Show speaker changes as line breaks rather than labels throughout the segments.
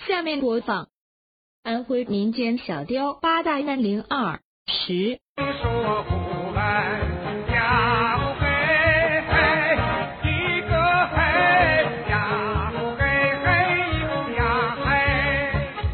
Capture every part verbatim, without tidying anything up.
下面播放安徽民间小调八大难零二十。
说不来呀不嘿嘿，一个嘿呀不嘿嘿，一个呀嘿。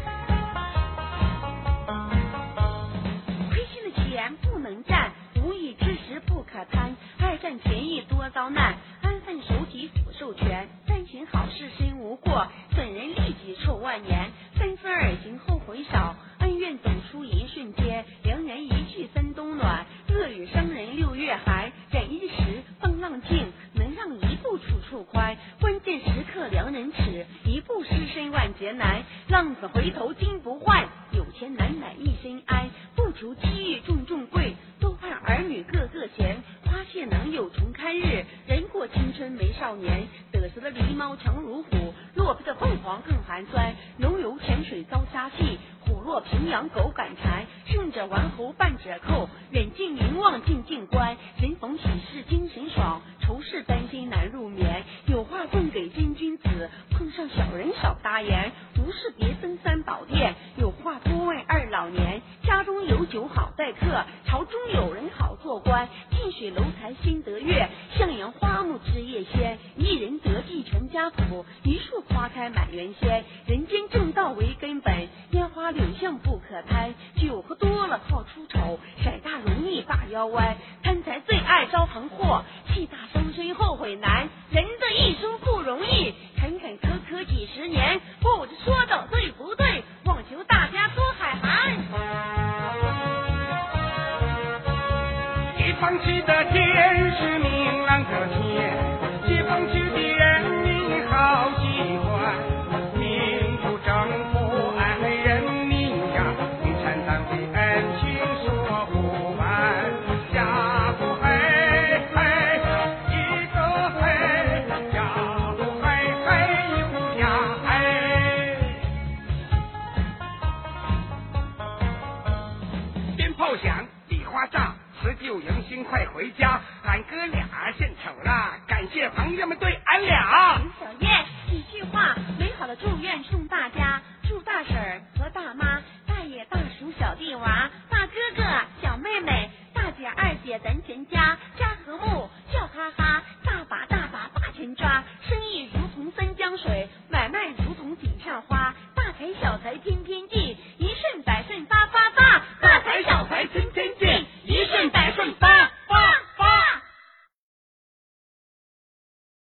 亏心的钱不能占，无义之时不可贪，爱占便宜多遭难，安分守己福寿全，三行好事身无过，损人利己臭万年，三思而行后悔少，恩怨总输一瞬间，良人一去三冬暖，恶语伤人六月寒，忍一时风浪静，能让一步处处宽，关键时刻良人耻，一步失身万劫难，浪子回头金不换，有钱难买一身安，不求机遇重重贵，多盼儿女个个贤，花谢能有重开日，人过青春没少年，得瑟的狸猫强如虎，落魄的凤凰更寒酸，龙游泉水遭虾戏，虎落平阳狗敢缠，胜者顽猴半者寇，远近凝望静静观，人逢喜事精神爽，愁事担心难入眠，有话送给真君子，碰上小人少搭言，无事别登三宝殿，有话多问二老年，家中有酒好待客，朝中有人好做官，近水楼台先得月，向阳花木枝叶鲜，一人得地全家福，一树花开满园鲜，人间正道为根本，烟花柳巷不可贪，酒喝多了好出丑，色大容易把腰弯，贪财最爱招横祸，气大伤身后悔难，人的一生不容易，坎坎坷坷几十年，不知说的对不对，望求大家多海涵。
一放弃的天是你